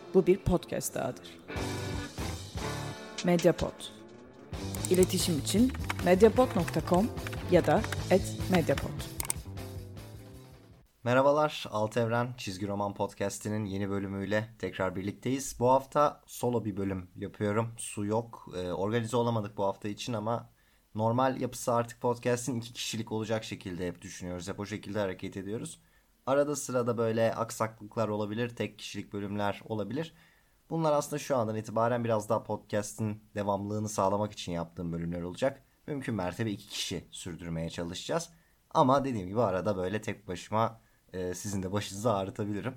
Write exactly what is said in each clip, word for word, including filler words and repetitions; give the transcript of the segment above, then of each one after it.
Bu bir podcast dahadır. Mediapod. İletişim için mediapod nokta com ya da et mediapod. Merhabalar, Alt Evren Çizgi Roman Podcast'inin yeni bölümüyle tekrar birlikteyiz. Bu hafta solo bir bölüm yapıyorum. Su yok. Ee, organize olamadık bu hafta için ama normal yapısı artık podcast'in iki kişilik olacak şekilde hep düşünüyoruz. Hep o şekilde hareket ediyoruz. Arada sırada böyle aksaklıklar olabilir, tek kişilik bölümler olabilir. Bunlar aslında şu andan itibaren biraz daha podcast'in devamlılığını sağlamak için yaptığım bölümler olacak. Mümkün mertebe iki kişi sürdürmeye çalışacağız. Ama dediğim gibi arada böyle tek başıma e, sizin de başınızı ağrıtabilirim.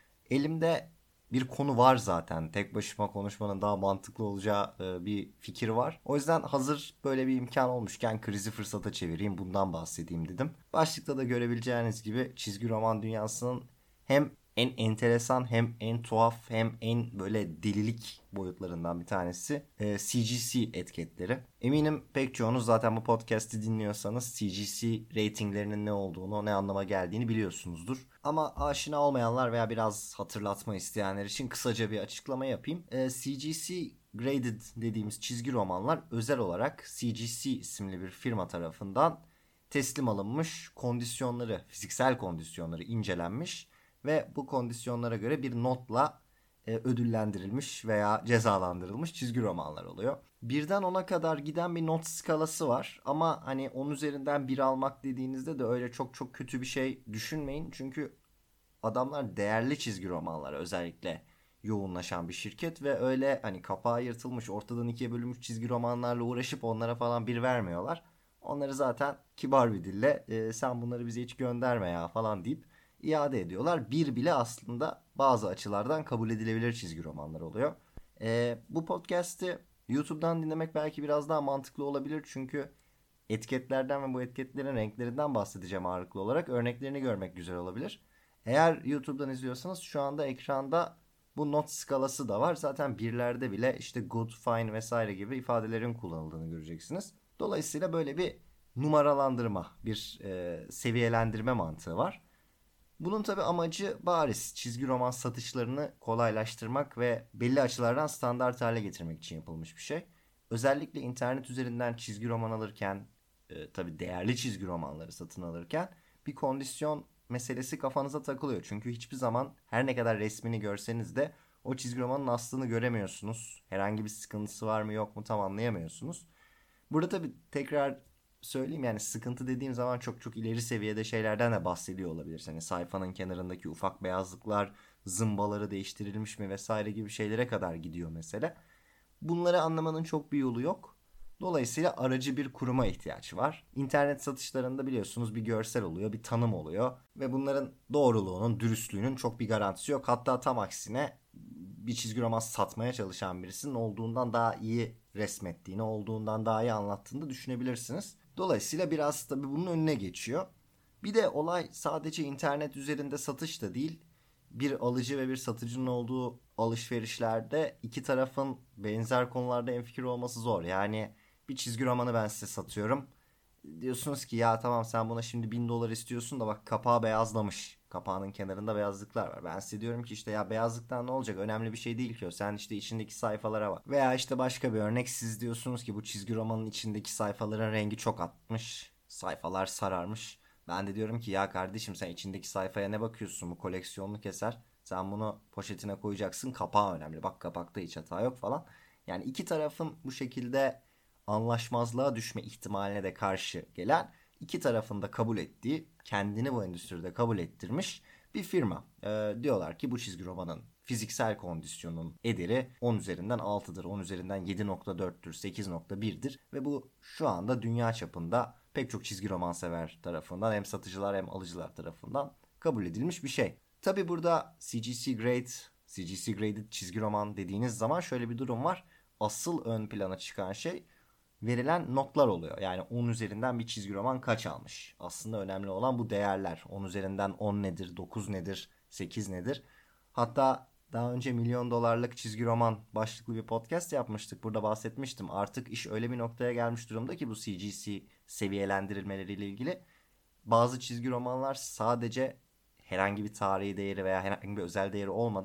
Elimde bir konu var zaten. Tek başıma konuşmanın daha mantıklı olacağı e, bir fikir var. O yüzden hazır böyle bir imkan olmuşken krizi fırsata çevireyim, bundan bahsedeyim dedim. Başlıkta da görebileceğiniz gibi çizgi roman dünyasının hem en enteresan hem en tuhaf hem en böyle delilik boyutlarından bir tanesi e, C G C etiketleri. Eminim pek çoğunuz zaten bu podcast'i dinliyorsanız C G C ratinglerinin ne olduğunu, ne anlama geldiğini biliyorsunuzdur. Ama aşina olmayanlar veya biraz hatırlatma isteyenler için kısaca bir açıklama yapayım. E, C G C Graded dediğimiz çizgi romanlar özel olarak C G C isimli bir firma tarafından teslim alınmış, kondisyonları, fiziksel kondisyonları incelenmiş ve bu kondisyonlara göre bir notla e, ödüllendirilmiş veya cezalandırılmış çizgi romanlar oluyor. Birden ona kadar giden bir not skalası var ama hani on üzerinden bir almak dediğinizde de öyle çok çok kötü bir şey düşünmeyin. Çünkü adamlar değerli çizgi romanlara özellikle yoğunlaşan bir şirket ve öyle hani kapağı yırtılmış, ortadan ikiye bölünmüş çizgi romanlarla uğraşıp onlara falan bir vermiyorlar. Onları zaten kibar bir dille e, sen bunları bize hiç gönderme ya falan deyip iade ediyorlar. Bir bile aslında bazı açılardan kabul edilebilir çizgi romanlar oluyor. E, bu podcast'i YouTube'dan dinlemek belki biraz daha mantıklı olabilir çünkü etiketlerden ve bu etiketlerin renklerinden bahsedeceğim ağırlıklı olarak. Örneklerini görmek güzel olabilir. Eğer YouTube'dan izliyorsanız şu anda ekranda bu not skalası da var. Zaten birlerde bile işte good, fine vesaire gibi ifadelerin kullanıldığını göreceksiniz. Dolayısıyla böyle bir numaralandırma, bir e, seviyelendirme mantığı var. Bunun tabi amacı bariz, çizgi roman satışlarını kolaylaştırmak ve belli açılardan standart hale getirmek için yapılmış bir şey. Özellikle internet üzerinden çizgi roman alırken, e, tabi değerli çizgi romanları satın alırken bir kondisyon meselesi kafanıza takılıyor. Çünkü hiçbir zaman her ne kadar resmini görseniz de o çizgi romanın aslını göremiyorsunuz. Herhangi bir sıkıntısı var mı yok mu tam anlayamıyorsunuz. Burada tabii tekrar söyleyeyim, yani sıkıntı dediğim zaman çok çok ileri seviyede şeylerden de bahsediyor olabilir. Hani sayfanın kenarındaki ufak beyazlıklar, zımbaları değiştirilmiş mi vesaire gibi şeylere kadar gidiyor mesela. Bunları anlamanın çok bir yolu yok. Dolayısıyla aracı bir kuruma ihtiyaç var. İnternet satışlarında biliyorsunuz bir görsel oluyor, bir tanım oluyor ve bunların doğruluğunun, dürüstlüğünün çok bir garantisi yok. Hatta tam aksine bir çizgi roman satmaya çalışan birisinin olduğundan daha iyi resmettiğini, olduğundan daha iyi anlattığını da düşünebilirsiniz. Dolayısıyla biraz tabii bunun önüne geçiyor. Bir de olay sadece internet üzerinde satış da değil. Bir alıcı ve bir satıcının olduğu alışverişlerde iki tarafın benzer konularda hemfikir olması zor. Yani bir çizgi romanı ben size satıyorum. Diyorsunuz ki ya tamam sen buna şimdi bin dolar istiyorsun da bak kapağı beyazlamış. Kapağının kenarında beyazlıklar var. Ben size diyorum ki işte ya beyazlıktan ne olacak? Önemli bir şey değil ki o. Sen işte içindeki sayfalara bak. Veya işte başka bir örnek, siz diyorsunuz ki bu çizgi romanın içindeki sayfaların rengi çok atmış. Sayfalar sararmış. Ben de diyorum ki ya kardeşim sen içindeki sayfaya ne bakıyorsun? Bu koleksiyonluk eser. Sen bunu poşetine koyacaksın. Kapağı önemli. Bak kapakta hiç hata yok falan. Yani iki tarafın bu şekilde anlaşmazlığa düşme ihtimaline de karşı gelen, iki tarafın da kabul ettiği, kendini bu endüstride kabul ettirmiş bir firma. Ee, diyorlar ki bu çizgi romanın fiziksel kondisyonun ederi on üzerinden altıdır, on üzerinden yedi nokta dörttür, sekiz nokta birdir ve bu şu anda dünya çapında pek çok çizgi roman sever tarafından, hem satıcılar hem alıcılar tarafından kabul edilmiş bir şey. Tabi burada C G C Grade, C G C Graded çizgi roman dediğiniz zaman şöyle bir durum var. Asıl ön plana çıkan şey verilen notlar oluyor. Yani on üzerinden bir çizgi roman kaç almış? Aslında önemli olan bu değerler. on üzerinden on nedir, dokuz nedir, sekiz nedir? Hatta daha önce milyon dolarlık çizgi roman başlıklı bir podcast yapmıştık. Burada bahsetmiştim. Artık iş öyle bir noktaya gelmiş durumda ki bu C G C seviyelendirilmeleriyle ilgili bazı çizgi romanlar sadece herhangi bir tarihi değeri veya herhangi bir özel değeri olmadan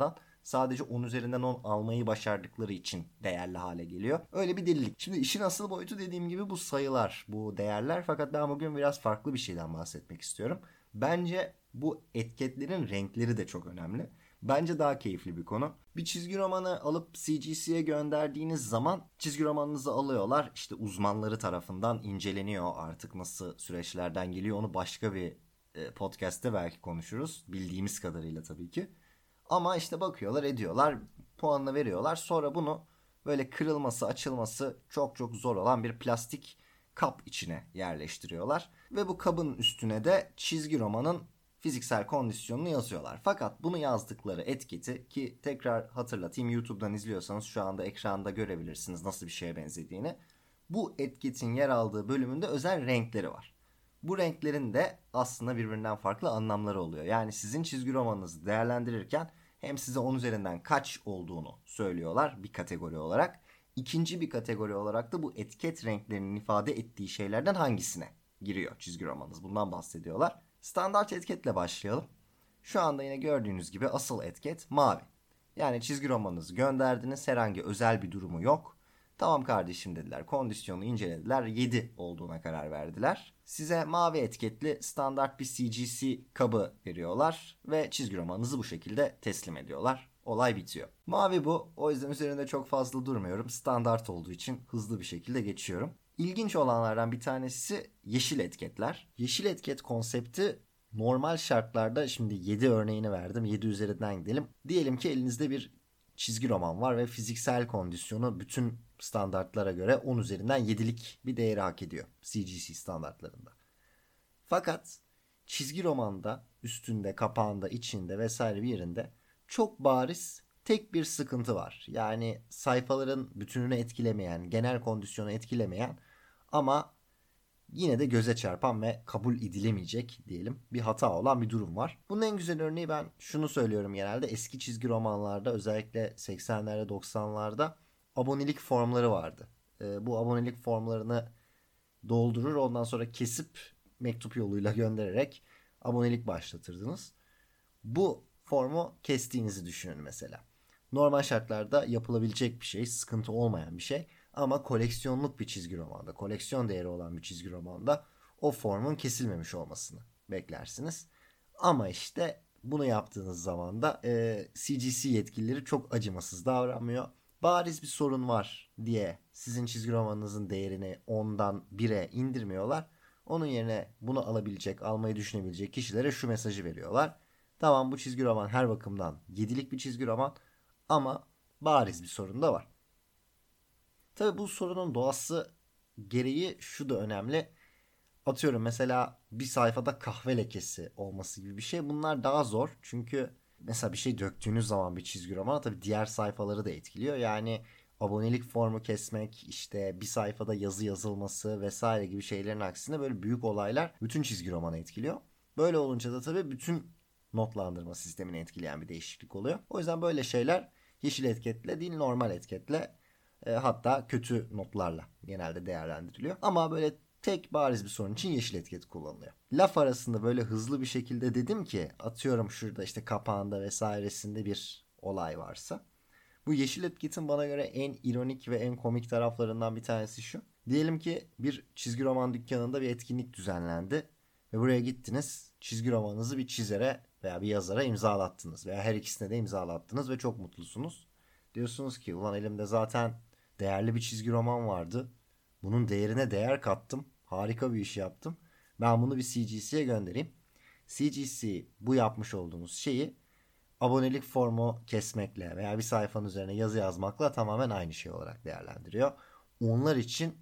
sadece on üzerinden on almayı başardıkları için değerli hale geliyor. Öyle bir delilik. Şimdi işin asıl boyutu dediğim gibi bu sayılar, bu değerler. Fakat ben bugün biraz farklı bir şeyden bahsetmek istiyorum. Bence bu etiketlerin renkleri de çok önemli. Bence daha keyifli bir konu. Bir çizgi romanı alıp C G C'ye gönderdiğiniz zaman çizgi romanınızı alıyorlar. İşte uzmanları tarafından inceleniyor, artık nasıl süreçlerden geliyor onu başka bir podcast'te belki konuşuruz. Bildiğimiz kadarıyla tabii ki. Ama işte bakıyorlar, ediyorlar, puanını veriyorlar. Sonra bunu böyle kırılması, açılması çok çok zor olan bir plastik kap içine yerleştiriyorlar. Ve bu kabın üstüne de çizgi romanın fiziksel kondisyonunu yazıyorlar. Fakat bunu yazdıkları etiketi, ki tekrar hatırlatayım, YouTube'dan izliyorsanız şu anda ekranda görebilirsiniz nasıl bir şeye benzediğini. Bu etiketin yer aldığı bölümünde özel renkleri var. Bu renklerin de aslında birbirinden farklı anlamları oluyor. Yani sizin çizgi romanınızı değerlendirirken hem size on üzerinden kaç olduğunu söylüyorlar bir kategori olarak. İkinci bir kategori olarak da bu etiket renklerinin ifade ettiği şeylerden hangisine giriyor çizgi romanınız. Bundan bahsediyorlar. Standart etiketle başlayalım. Şu anda yine gördüğünüz gibi asıl etiket mavi. Yani çizgi romanınızı gönderdiniz, herhangi özel bir durumu yok. Tamam kardeşim dediler, kondisyonu incelediler, yedi olduğuna karar verdiler. Size mavi etiketli standart bir C G C kabı veriyorlar ve çizgi romanınızı bu şekilde teslim ediyorlar. Olay bitiyor. Mavi bu, o yüzden üzerinde çok fazla durmuyorum. Standart olduğu için hızlı bir şekilde geçiyorum. İlginç olanlardan bir tanesi yeşil etiketler. Yeşil etiket konsepti normal şartlarda, şimdi yedi örneğini verdim, yedi üzerinden gidelim. Diyelim ki elinizde bir çizgi roman var ve fiziksel kondisyonu bütün standartlara göre on üzerinden yedilik bir değeri hak ediyor C G C standartlarında. Fakat çizgi romanda üstünde, kapağında, içinde vesaire bir yerinde çok bariz tek bir sıkıntı var. Yani sayfaların bütününü etkilemeyen, genel kondisyonu etkilemeyen ama yine de göze çarpan ve kabul edilemeyecek diyelim bir hata olan bir durum var. Bunun en güzel örneği, ben şunu söylüyorum genelde, eski çizgi romanlarda özellikle seksenlerde doksanlarda abonelik formları vardı. E, bu abonelik formlarını doldurur, ondan sonra kesip mektup yoluyla göndererek abonelik başlatırdınız. Bu formu kestiğinizi düşünün mesela. Normal şartlarda yapılabilecek bir şey, sıkıntı olmayan bir şey. Ama koleksiyonluk bir çizgi romanda, koleksiyon değeri olan bir çizgi romanda o formun kesilmemiş olmasını beklersiniz. Ama işte bunu yaptığınız zaman da e, C G C yetkilileri çok acımasız davranmıyor. Bariz bir sorun var diye sizin çizgi romanınızın değerini ondan bire indirmiyorlar. Onun yerine bunu alabilecek, almayı düşünebilecek kişilere şu mesajı veriyorlar. Tamam, bu çizgi roman her bakımdan yedilik bir çizgi roman ama bariz bir sorun da var. Tabii bu sorunun doğası gereği şu da önemli. Atıyorum mesela bir sayfada kahve lekesi olması gibi bir şey. Bunlar daha zor. Çünkü mesela bir şey döktüğünüz zaman bir çizgi romana tabii diğer sayfaları da etkiliyor. Yani abonelik formu kesmek, işte bir sayfada yazı yazılması vesaire gibi şeylerin aksine böyle büyük olaylar bütün çizgi romanı etkiliyor. Böyle olunca da tabii bütün notlandırma sistemini etkileyen bir değişiklik oluyor. O yüzden böyle şeyler yeşil etiketle değil, normal etiketle, e, hatta kötü notlarla genelde değerlendiriliyor. Ama böyle tek bariz bir sorun için yeşil etiket kullanılıyor. Laf arasında böyle hızlı bir şekilde dedim ki, atıyorum şurada işte kapağında vesairesinde bir olay varsa. Bu yeşil etiketin bana göre en ironik ve en komik taraflarından bir tanesi şu. Diyelim ki bir çizgi roman dükkanında bir etkinlik düzenlendi. Ve buraya gittiniz, çizgi romanınızı bir çizere veya bir yazara imzalattınız. Veya her ikisine de imzalattınız ve çok mutlusunuz. Diyorsunuz ki ulan elimde zaten değerli bir çizgi roman vardı. Bunun değerine değer kattım. Harika bir iş yaptım. Ben bunu bir C G C'ye göndereyim. C G C bu yapmış olduğunuz şeyi abonelik formu kesmekle veya bir sayfanın üzerine yazı yazmakla tamamen aynı şey olarak değerlendiriyor. Onlar için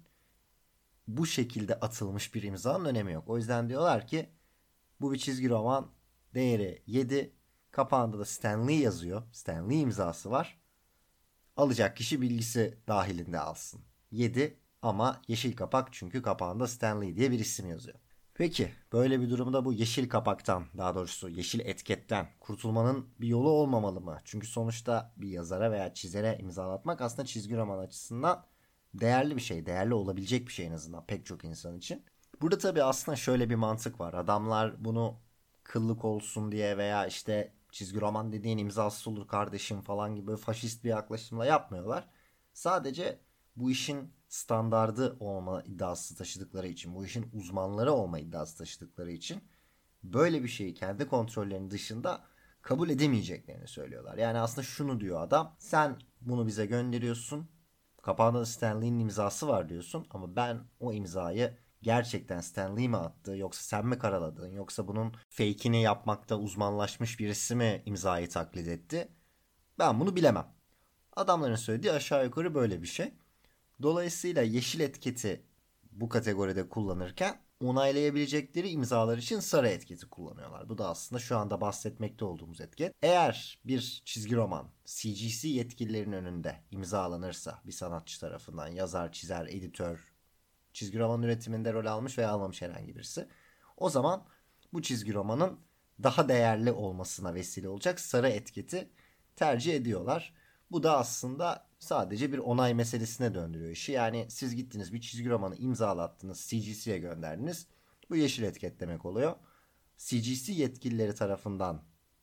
bu şekilde atılmış bir imzanın önemi yok. O yüzden diyorlar ki bu bir çizgi roman, değeri yedi, kapağında da Stan Lee yazıyor. Stan Lee imzası var. Alacak kişi bilgisi dahilinde alsın. yedi ama yeşil kapak, çünkü kapağında Stan Lee diye bir isim yazıyor. Peki böyle bir durumda bu yeşil kapaktan, daha doğrusu yeşil etiketten kurtulmanın bir yolu olmamalı mı? Çünkü sonuçta bir yazara veya çizere imzalatmak aslında çizgi roman açısından değerli bir şey. Değerli olabilecek bir şey en azından pek çok insan için. Burada tabii aslında şöyle bir mantık var. Adamlar bunu kıllık olsun diye veya işte çizgi roman dediğin imzasız olur kardeşim falan gibi böyle faşist bir yaklaşımla yapmıyorlar. Sadece bu işin standardı olma iddiası taşıdıkları için, bu işin uzmanları olma iddiası taşıdıkları için böyle bir şeyi kendi kontrollerinin dışında kabul edemeyeceklerini söylüyorlar. Yani aslında şunu diyor adam: sen bunu bize gönderiyorsun, kapağında Stan Lee'nin imzası var diyorsun ama ben o imzayı gerçekten Stan Lee mi attı, yoksa sen mi karaladın, yoksa bunun fake'ini yapmakta uzmanlaşmış birisi mi imzayı taklit etti, ben bunu bilemem. Adamların söylediği aşağı yukarı böyle bir şey. Dolayısıyla yeşil etiketi bu kategoride kullanırken onaylayabilecekleri imzalar için sarı etiketi kullanıyorlar. Bu da aslında şu anda bahsetmekte olduğumuz etiket. Eğer bir çizgi roman C G C yetkililerin önünde imzalanırsa bir sanatçı tarafından, yazar, çizer, editör, çizgi roman üretiminde rol almış veya almamış herhangi birisi, o zaman bu çizgi romanın daha değerli olmasına vesile olacak sarı etiketi tercih ediyorlar. Bu da aslında sadece bir onay meselesine döndürüyor işi. Yani siz gittiniz bir çizgi romanı imzalattınız, C G C'ye gönderdiniz. Bu yeşil etiket demek oluyor. C G C yetkilileri tarafından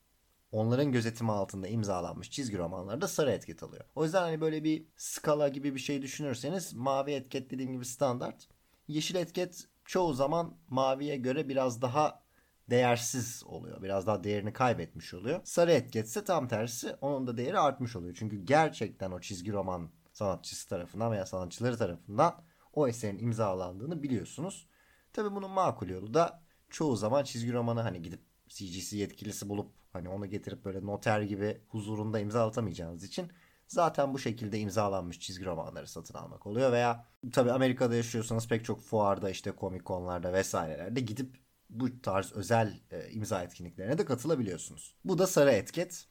onların gözetimi altında imzalanmış çizgi romanlar da sarı etiket alıyor. O yüzden hani böyle bir skala gibi bir şey düşünürseniz mavi etiket dediğim gibi standart. Yeşil etiket çoğu zaman maviye göre biraz daha değersiz oluyor. Biraz daha değerini kaybetmiş oluyor. Sarı etiket ise tam tersi, onun da değeri artmış oluyor. Çünkü gerçekten o çizgi roman sanatçısı tarafından veya sanatçıları tarafından o eserin imzalandığını biliyorsunuz. Tabii bunun makul yolu da çoğu zaman çizgi romanı hani gidip C G C yetkilisi bulup hani onu getirip böyle noter gibi huzurunda imzalatamayacağınız için zaten bu şekilde imzalanmış çizgi romanları satın almak oluyor. Veya tabii Amerika'da yaşıyorsanız pek çok fuarda, işte Comic Con'larda vesairelerde gidip bu tarz özel e, imza etkinliklerine de katılabiliyorsunuz. Bu da sarı etiket.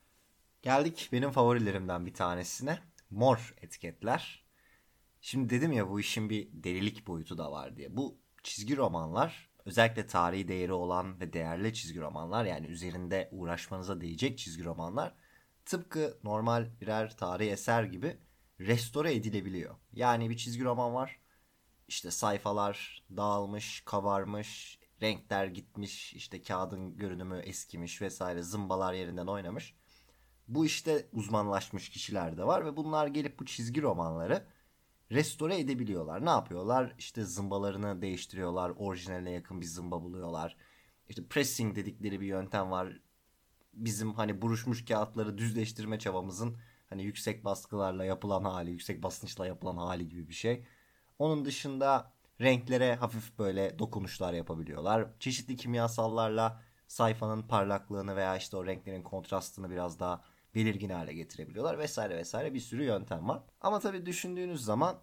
Geldik benim favorilerimden bir tanesine. Mor etiketler. Şimdi dedim ya bu işin bir delilik boyutu da var diye. Bu çizgi romanlar, özellikle tarihi değeri olan ve değerli çizgi romanlar, yani üzerinde uğraşmanıza değecek çizgi romanlar, tıpkı normal birer tarihi eser gibi restore edilebiliyor. Yani bir çizgi roman var, işte sayfalar dağılmış, kabarmış, renkler gitmiş, işte kağıdın görünümü eskimiş vesaire, zımbalar yerinden oynamış. Bu işte uzmanlaşmış kişiler de var ve bunlar gelip bu çizgi romanları restore edebiliyorlar. Ne yapıyorlar? İşte zımbalarını değiştiriyorlar, orijinaline yakın bir zımba buluyorlar. İşte pressing dedikleri bir yöntem var. Bizim hani buruşmuş kağıtları düzleştirme çabamızın hani yüksek baskılarla yapılan hali, yüksek basınçla yapılan hali gibi bir şey. Onun dışında renklere hafif böyle dokunuşlar yapabiliyorlar. Çeşitli kimyasallarla sayfanın parlaklığını veya işte o renklerin kontrastını biraz daha belirgin hale getirebiliyorlar vesaire vesaire, bir sürü yöntem var. Ama tabii düşündüğünüz zaman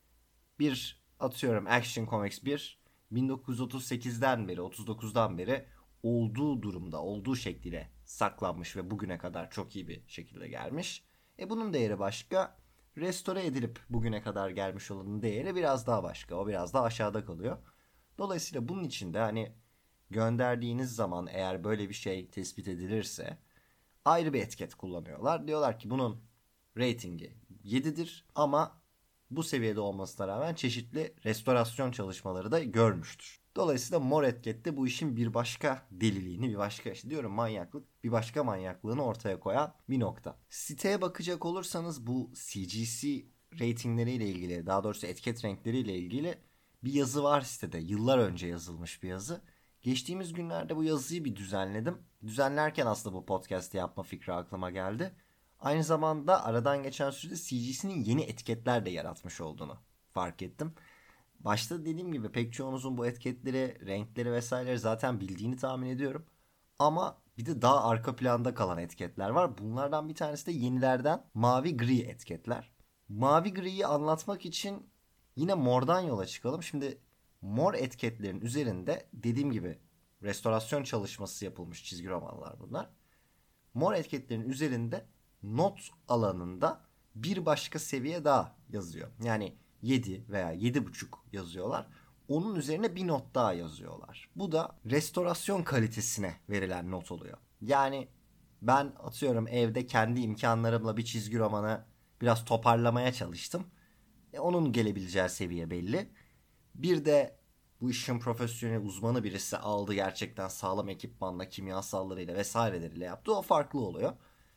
bir, atıyorum, Action Comics bir bin dokuz yüz otuz sekizden beri, otuz dokuzdan beri olduğu durumda, olduğu şekliyle saklanmış ve bugüne kadar çok iyi bir şekilde gelmiş. E bunun değeri başka. Restore edilip bugüne kadar gelmiş olanın değeri biraz daha başka. O biraz daha aşağıda kalıyor. Dolayısıyla bunun için de hani gönderdiğiniz zaman eğer böyle bir şey tespit edilirse ayrı bir etiket kullanıyorlar. Diyorlar ki bunun ratingi yedidir ama bu seviyede olmasına rağmen çeşitli restorasyon çalışmaları da görmüştür. Dolayısıyla mor etikette bu işin bir başka deliliğini, bir başka, işte diyorum, manyaklık, bir başka manyaklığını ortaya koyan bir nokta. Siteye bakacak olursanız bu C G C ratingleriyle ilgili, daha doğrusu etiket renkleriyle ilgili bir yazı var sitede. Yıllar önce yazılmış bir yazı. Geçtiğimiz günlerde bu yazıyı bir düzenledim. Düzenlerken aslında bu podcast'i yapma fikri aklıma geldi. Aynı zamanda aradan geçen sürede C G C'nin yeni etiketler de yaratmış olduğunu fark ettim. Başta dediğim gibi pek çoğunuzun bu etiketleri, renkleri vesaireleri zaten bildiğini tahmin ediyorum. Ama bir de daha arka planda kalan etiketler var. Bunlardan bir tanesi de yenilerden mavi gri etiketler. Mavi griyi anlatmak için yine mordan yola çıkalım. Şimdi mor etiketlerin üzerinde dediğim gibi restorasyon çalışması yapılmış çizgi romanlar bunlar. Mor etiketlerin üzerinde not alanında bir başka seviye daha yazıyor. Yani yedi veya yedi buçuk yazıyorlar. Onun üzerine bir not daha yazıyorlar. Bu da restorasyon kalitesine verilen not oluyor. Yani ben atıyorum evde kendi imkanlarımla bir çizgi romanı biraz toparlamaya çalıştım. E, onun gelebileceği seviye belli. Bir de bu işin profesyonel uzmanı birisi aldı, gerçekten sağlam ekipmanla, kimyasallarıyla vesaireleriyle yaptı, o farklı oluyor.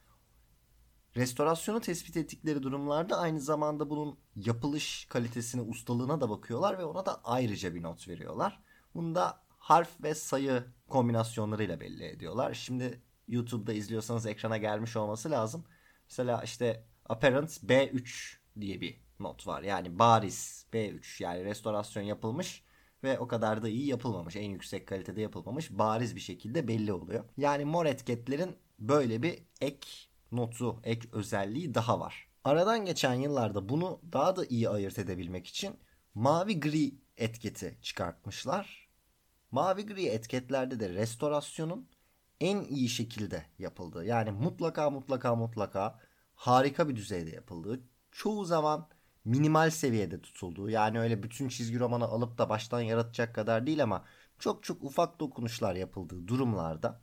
Restorasyonu tespit ettikleri durumlarda aynı zamanda bunun yapılış kalitesine, ustalığına da bakıyorlar ve ona da ayrıca bir not veriyorlar. Bunu da harf ve sayı kombinasyonlarıyla belli ediyorlar. Şimdi YouTube'da izliyorsanız ekrana gelmiş olması lazım. Mesela işte apparent B üç diye bir not var. Yani bariz B üç, yani restorasyon yapılmış ve o kadar da iyi yapılmamış, en yüksek kalitede yapılmamış, bariz bir şekilde belli oluyor. Yani mor etiketlerin böyle bir ek notu, ek özelliği daha var. Aradan geçen yıllarda bunu daha da iyi ayırt edebilmek için mavi gri etiketi çıkartmışlar. Mavi gri etiketlerde de restorasyonun en iyi şekilde yapıldığı, yani mutlaka mutlaka mutlaka harika bir düzeyde yapıldığı, çoğu zaman minimal seviyede tutulduğu, yani öyle bütün çizgi romanı alıp da baştan yaratacak kadar değil ama çok çok ufak dokunuşlar yapıldığı durumlarda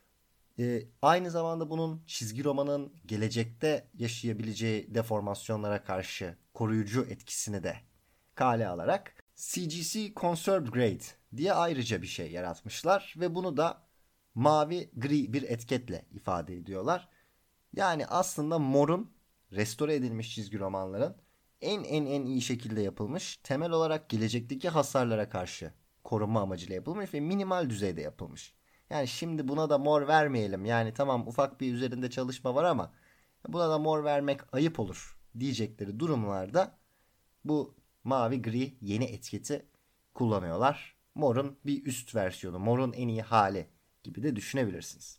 e, aynı zamanda bunun çizgi romanın gelecekte yaşayabileceği deformasyonlara karşı koruyucu etkisini de kale alarak C G C Conserved Grade diye ayrıca bir şey yaratmışlar ve bunu da mavi gri bir etiketle ifade ediyorlar. Yani aslında morun, restore edilmiş çizgi romanların en en en iyi şekilde yapılmış, temel olarak gelecekteki hasarlara karşı korunma amacıyla yapılmış ve minimal düzeyde yapılmış. Yani şimdi buna da mor vermeyelim, yani tamam ufak bir üzerinde çalışma var ama buna da mor vermek ayıp olur diyecekleri durumlarda bu mavi gri yeni etiketi kullanıyorlar. Morun bir üst versiyonu, morun en iyi hali gibi de düşünebilirsiniz.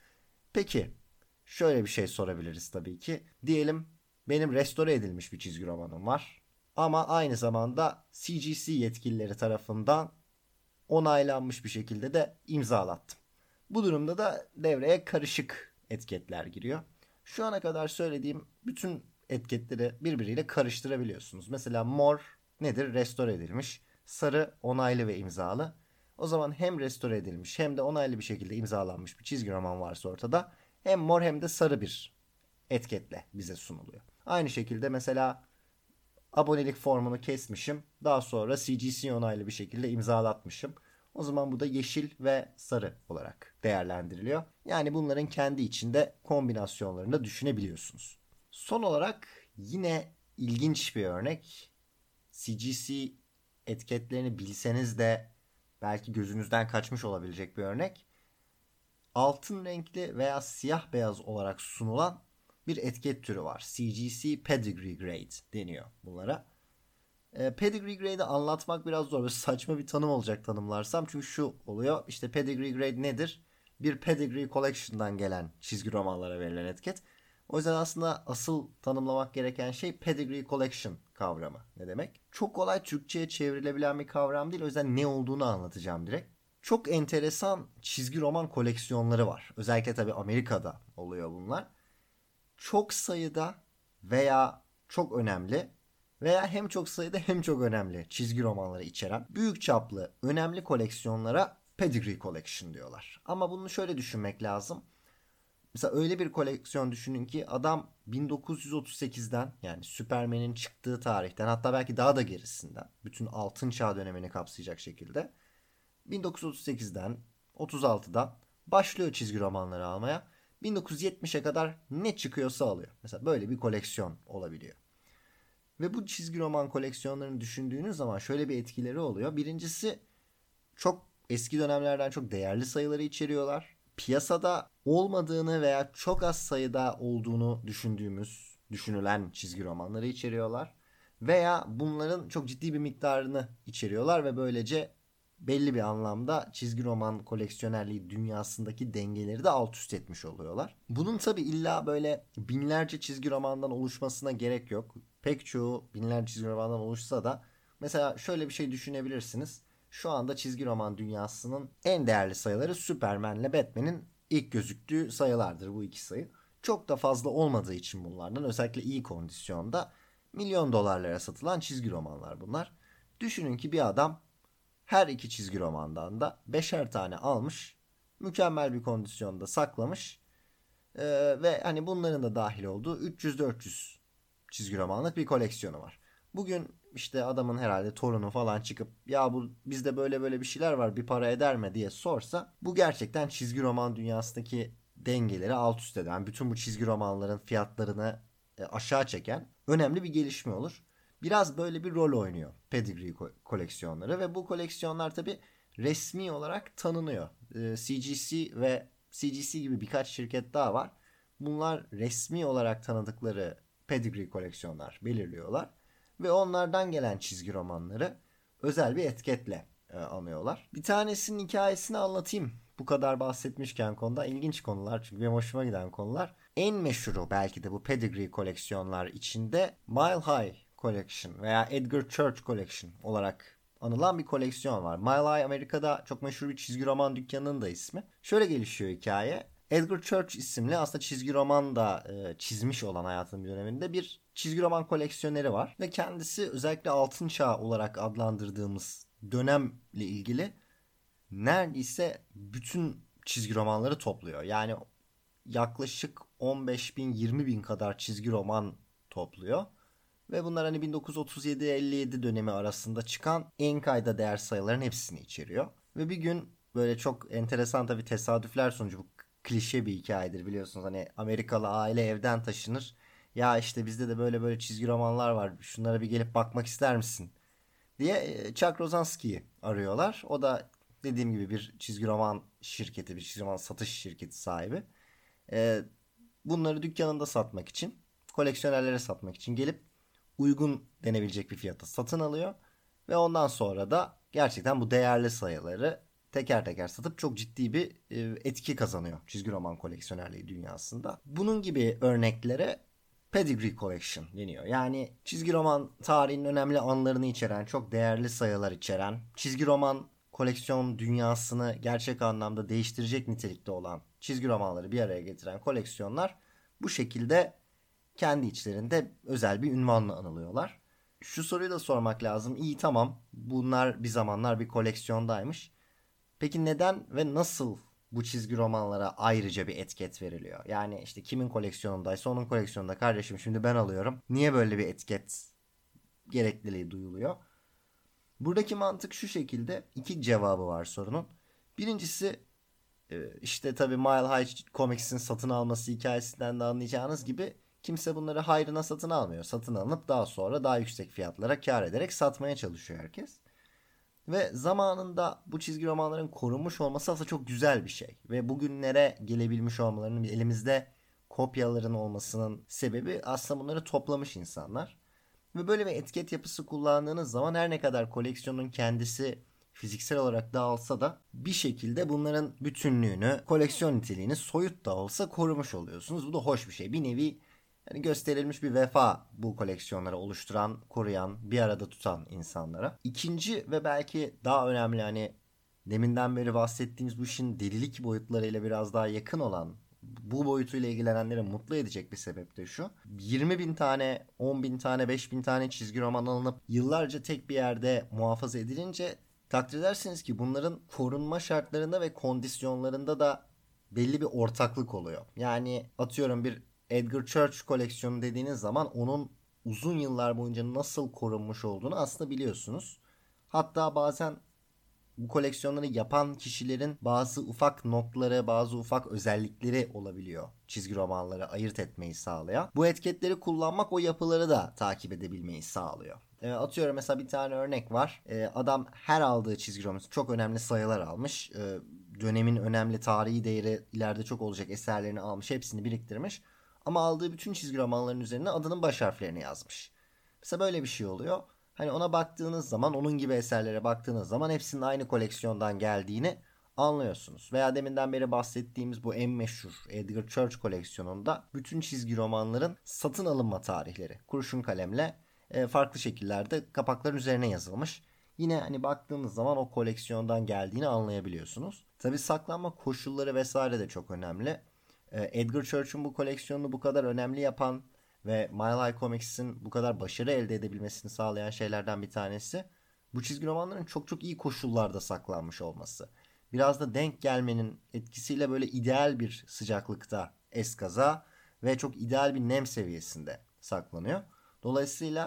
Peki şöyle bir şey sorabiliriz tabii ki. Diyelim benim restore edilmiş bir çizgi romanım var. Ama aynı zamanda C G C yetkilileri tarafından onaylanmış bir şekilde de imzalattım. Bu durumda da devreye karışık etiketler giriyor. Şu ana kadar söylediğim bütün etiketleri birbiriyle karıştırabiliyorsunuz. Mesela mor nedir? Restore edilmiş. Sarı onaylı ve imzalı. O zaman hem restore edilmiş hem de onaylı bir şekilde imzalanmış bir çizgi roman varsa ortada, hem mor hem de sarı bir etiketle bize sunuluyor. Aynı şekilde mesela abonelik formunu kesmişim. Daha sonra C G C onaylı bir şekilde imzalatmışım. O zaman bu da yeşil ve sarı olarak değerlendiriliyor. Yani bunların kendi içinde kombinasyonlarını da düşünebiliyorsunuz. Son olarak yine ilginç bir örnek. C G C etiketlerini bilseniz de belki gözünüzden kaçmış olabilecek bir örnek. Altın renkli veya siyah beyaz olarak sunulan bir etiket türü var. C G C Pedigree Grade deniyor bunlara. E, Pedigree Grade'i anlatmak biraz zor. Böyle saçma bir tanım olacak tanımlarsam. Çünkü şu oluyor. İşte Pedigree Grade nedir? Bir Pedigree Collection'dan gelen çizgi romanlara verilen etiket. O yüzden aslında asıl tanımlamak gereken şey Pedigree Collection kavramı. Ne demek? Çok kolay Türkçe'ye çevrilebilen bir kavram değil. O yüzden ne olduğunu anlatacağım direkt. Çok enteresan çizgi roman koleksiyonları var. Özellikle tabii Amerika'da oluyor bunlar. Çok sayıda veya çok önemli veya hem çok sayıda hem çok önemli çizgi romanları içeren büyük çaplı önemli koleksiyonlara Pedigree Collection diyorlar. Ama bunu şöyle düşünmek lazım. Mesela öyle bir koleksiyon düşünün ki adam bin dokuz yüz otuz sekizden, yani Superman'in çıktığı tarihten, hatta belki daha da gerisinden, bütün altın çağ dönemini kapsayacak şekilde bin dokuz yüz otuz sekizden otuz altıdan başlıyor çizgi romanları almaya. bin dokuz yüz yetmişe kadar ne çıkıyorsa alıyor. Mesela böyle bir koleksiyon olabiliyor. Ve bu çizgi roman koleksiyonlarını düşündüğünüz zaman şöyle bir etkileri oluyor. Birincisi, çok eski dönemlerden çok değerli sayıları içeriyorlar. Piyasada olmadığını veya çok az sayıda olduğunu düşündüğümüz, düşünülen çizgi romanları içeriyorlar. Veya bunların çok ciddi bir miktarını içeriyorlar ve böylece belli bir anlamda çizgi roman koleksiyonerliği dünyasındaki dengeleri de alt üst etmiş oluyorlar. Bunun tabi illa böyle binlerce çizgi romandan oluşmasına gerek yok. Pek çoğu binlerce çizgi romandan oluşsa da mesela şöyle bir şey düşünebilirsiniz. Şu anda çizgi roman dünyasının en değerli sayıları Superman ile Batman'in ilk gözüktüğü sayılardır, bu iki sayı. Çok da fazla olmadığı için bunlardan, özellikle iyi kondisyonda, milyon dolarlara satılan çizgi romanlar bunlar. Düşünün ki bir adam her iki çizgi romandan da beşer tane almış, mükemmel bir kondisyonda saklamış ee, ve hani bunların da dahil olduğu üç yüz dört yüz çizgi romanlık bir koleksiyonu var. Bugün işte adamın herhalde torunu falan çıkıp ya bu bizde böyle böyle bir şeyler var, bir para eder mi diye sorsa, bu gerçekten çizgi roman dünyasındaki dengeleri alt üst eden, bütün bu çizgi romanların fiyatlarını e, aşağı çeken önemli bir gelişme olur. Biraz böyle bir rol oynuyor Pedigree koleksiyonları ve bu koleksiyonlar tabi resmi olarak tanınıyor. E, C G C ve C G C gibi birkaç şirket daha var. Bunlar resmi olarak tanıdıkları Pedigree koleksiyonlar belirliyorlar ve onlardan gelen çizgi romanları özel bir etiketle e, anıyorlar. Bir tanesinin hikayesini anlatayım. Bu kadar bahsetmişken konuda, ilginç konular çünkü benim hoşuma giden konular. En meşhuru belki de bu Pedigree koleksiyonlar içinde Mile High Collection veya Edgar Church Collection olarak anılan bir koleksiyon var. Mile High Amerika'da çok meşhur bir çizgi roman dükkanının da ismi. Şöyle gelişiyor hikaye. Edgar Church isimli, aslında çizgi roman da e, çizmiş olan hayatının bir döneminde bir çizgi roman koleksiyoneri var. Ve kendisi özellikle altın çağ olarak adlandırdığımız dönemle ilgili neredeyse bütün çizgi romanları topluyor. Yani yaklaşık on beş bin yirmi bin kadar çizgi roman topluyor. Ve bunlar hani bin dokuz yüz otuz yedi elli yedi dönemi arasında çıkan en kayda değer sayıların hepsini içeriyor. Ve bir gün böyle çok enteresan tabii tesadüfler sonucu, bu klişe bir hikayedir biliyorsunuz. Hani Amerikalı aile evden taşınır. Ya işte bizde de böyle böyle çizgi romanlar var, şunlara bir gelip bakmak ister misin diye Chuck Rozanski'yi arıyorlar. O da dediğim gibi bir çizgi roman şirketi, bir çizgi roman satış şirketi sahibi. Ee, bunları dükkanında satmak için, koleksiyonerlere satmak için gelip uygun denebilecek bir fiyata satın alıyor. Ve ondan sonra da gerçekten bu değerli sayıları teker teker satıp çok ciddi bir etki kazanıyor çizgi roman koleksiyonerliği dünyasında. Bunun gibi örneklere Pedigree Collection deniyor. Yani çizgi roman tarihinin önemli anlarını içeren, çok değerli sayılar içeren, çizgi roman koleksiyon dünyasını gerçek anlamda değiştirecek nitelikte olan çizgi romanları bir araya getiren koleksiyonlar bu şekilde kendi içlerinde özel bir ünvanla anılıyorlar. Şu soruyu da sormak lazım. İyi, tamam, bunlar bir zamanlar bir koleksiyondaymış. Peki neden ve nasıl bu çizgi romanlara ayrıca bir etiket veriliyor? Yani işte kimin koleksiyonundaysa onun koleksiyonunda, kardeşim şimdi ben alıyorum, niye böyle bir etiket gerekliliği duyuluyor? Buradaki mantık şu şekilde, iki cevabı var sorunun. Birincisi işte tabii Mile High Comics'in satın alması hikayesinden de anlayacağınız gibi kimse bunları hayrına satın almıyor. Satın alınıp daha sonra daha yüksek fiyatlara kar ederek satmaya çalışıyor herkes. Ve zamanında bu çizgi romanların korunmuş olması aslında çok güzel bir şey. Ve bugünlere gelebilmiş olmalarının, elimizde kopyaların olmasının sebebi aslında bunları toplamış insanlar. Ve böyle bir etiket yapısı kullandığınız zaman her ne kadar koleksiyonun kendisi fiziksel olarak dağılsa da bir şekilde bunların bütünlüğünü, koleksiyon niteliğini soyut da olsa korumuş oluyorsunuz. Bu da hoş bir şey. Bir nevi yani gösterilmiş bir vefa bu koleksiyonları oluşturan, koruyan, bir arada tutan insanlara. İkinci ve belki daha önemli, hani deminden beri bahsettiğimiz bu işin delilik boyutlarıyla biraz daha yakın olan, bu boyutuyla ilgilenenleri mutlu edecek bir sebep de şu: yirmi bin tane, on bin tane, beş bin tane çizgi roman alınıp yıllarca tek bir yerde muhafaza edilince takdir edersiniz ki bunların korunma şartlarında ve kondisyonlarında da belli bir ortaklık oluyor. Yani atıyorum bir Edgar Church koleksiyonu dediğiniz zaman onun uzun yıllar boyunca nasıl korunmuş olduğunu aslında biliyorsunuz. Hatta bazen bu koleksiyonları yapan kişilerin bazı ufak notları, bazı ufak özellikleri olabiliyor çizgi romanları ayırt etmeyi sağlayan. Bu etiketleri kullanmak o yapıları da takip edebilmeyi sağlıyor. E, atıyorum mesela bir tane örnek var. E, adam her aldığı çizgi roman çok önemli sayılar almış. E, dönemin önemli tarihi değeri ileride çok olacak eserlerini almış, hepsini biriktirmiş. Ama aldığı bütün çizgi romanların üzerine adının baş harflerini yazmış. Mesela böyle bir şey oluyor. Hani ona baktığınız zaman, onun gibi eserlere baktığınız zaman hepsinin aynı koleksiyondan geldiğini anlıyorsunuz. Veya deminden beri bahsettiğimiz bu en meşhur Edgar Church koleksiyonunda bütün çizgi romanların satın alınma tarihleri kurşun kalemle farklı şekillerde kapakların üzerine yazılmış. Yine hani baktığınız zaman o koleksiyondan geldiğini anlayabiliyorsunuz. Tabii saklanma koşulları vesaire de çok önemli. Edgar Church'un bu koleksiyonunu bu kadar önemli yapan ve Mile High Comics'in bu kadar başarı elde edebilmesini sağlayan şeylerden bir tanesi bu çizgi romanların çok çok iyi koşullarda saklanmış olması. Biraz da denk gelmenin etkisiyle böyle ideal bir sıcaklıkta eskaza ve çok ideal bir nem seviyesinde saklanıyor. Dolayısıyla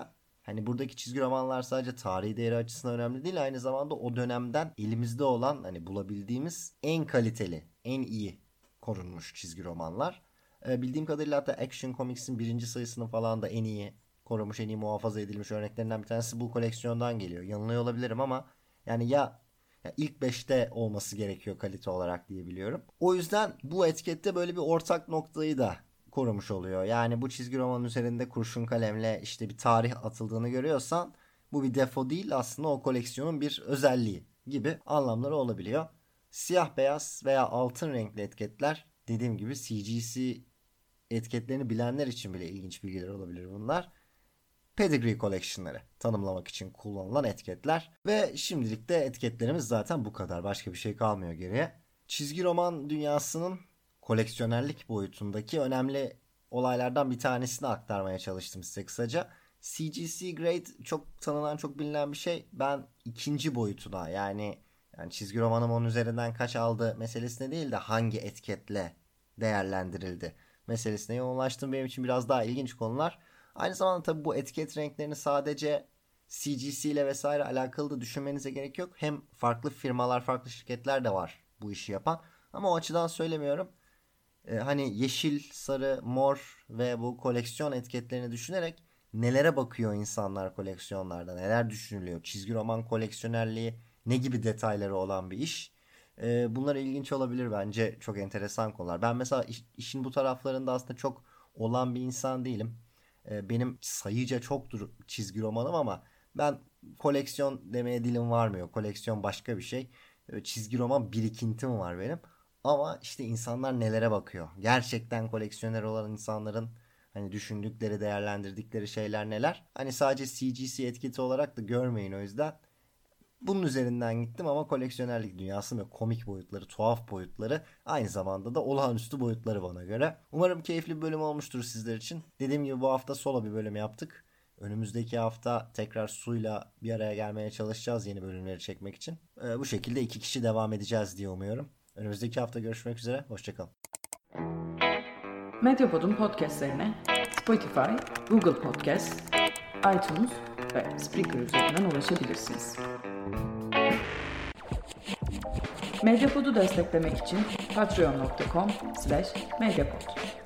Hani buradaki çizgi romanlar sadece tarihi değeri açısından önemli değil. Aynı zamanda o dönemden elimizde olan hani bulabildiğimiz en kaliteli, en iyi korunmuş çizgi romanlar. Ee, bildiğim kadarıyla hatta Action Comics'in birinci sayısının falan da en iyi korunmuş, en iyi muhafaza edilmiş örneklerinden bir tanesi bu koleksiyondan geliyor. Yanılıyor olabilirim ama yani ya, ya ilk beşte olması gerekiyor kalite olarak diye biliyorum. O yüzden bu etikette böyle bir ortak noktayı da korumuş oluyor. Yani bu çizgi romanın üzerinde kurşun kalemle işte bir tarih atıldığını görüyorsan bu bir defo değil, aslında o koleksiyonun bir özelliği gibi anlamları olabiliyor. Siyah beyaz veya altın renkli etiketler, dediğim gibi C G C etiketlerini bilenler için bile ilginç bilgiler olabilir bunlar. Pedigree collection'ları tanımlamak için kullanılan etiketler. Ve şimdilik de etiketlerimiz zaten bu kadar. Başka bir şey kalmıyor geriye. Çizgi roman dünyasının koleksiyonerlik boyutundaki önemli olaylardan bir tanesini aktarmaya çalıştım size kısaca. C G C Grade çok tanınan, çok bilinen bir şey. Ben ikinci boyutuna, yani yani çizgi romanım onun üzerinden kaç aldı meselesine değil de hangi etiketle değerlendirildi meselesine yoğunlaştım. Benim için biraz daha ilginç konular. Aynı zamanda tabii bu etiket renklerini sadece C G C ile vesaire alakalı da düşünmenize gerek yok. Hem farklı firmalar, farklı şirketler de var bu işi yapan. Ama o açıdan söylemiyorum. Ee, hani yeşil, sarı, mor ve bu koleksiyon etiketlerini düşünerek nelere bakıyor insanlar koleksiyonlarda, neler düşünülüyor, çizgi roman koleksiyonerliği ne gibi detayları olan bir iş. Ee, bunlar ilginç olabilir bence, çok enteresan konular. Ben mesela iş, işin bu taraflarında aslında çok olan bir insan değilim. Ee, benim sayıca çoktur çizgi romanım ama ben koleksiyon demeye dilim varmıyor. Koleksiyon başka bir şey. Ee, çizgi roman birikintim var benim. Ama işte insanlar nelere bakıyor? Gerçekten koleksiyoner olan insanların hani düşündükleri, değerlendirdikleri şeyler neler? Hani sadece C G C etiketi olarak da görmeyin o yüzden. Bunun üzerinden gittim ama koleksiyonerlik dünyası ve komik boyutları, tuhaf boyutları, aynı zamanda da olağanüstü boyutları bana göre. Umarım keyifli bir bölüm olmuştur sizler için. Dediğim gibi bu hafta solo bir bölüm yaptık. Önümüzdeki hafta tekrar Su'yla bir araya gelmeye çalışacağız yeni bölümleri çekmek için. Ee, bu şekilde iki kişi devam edeceğiz diye umuyorum. Önümüzdeki hafta görüşmek üzere. Hoşçakalın. Medyapod'un podcastlerine Spotify, Google Podcast, iTunes ve Spreaker üzerinden ulaşabilirsiniz. Medyapod'u desteklemek için patreon nokta com slash medyapod.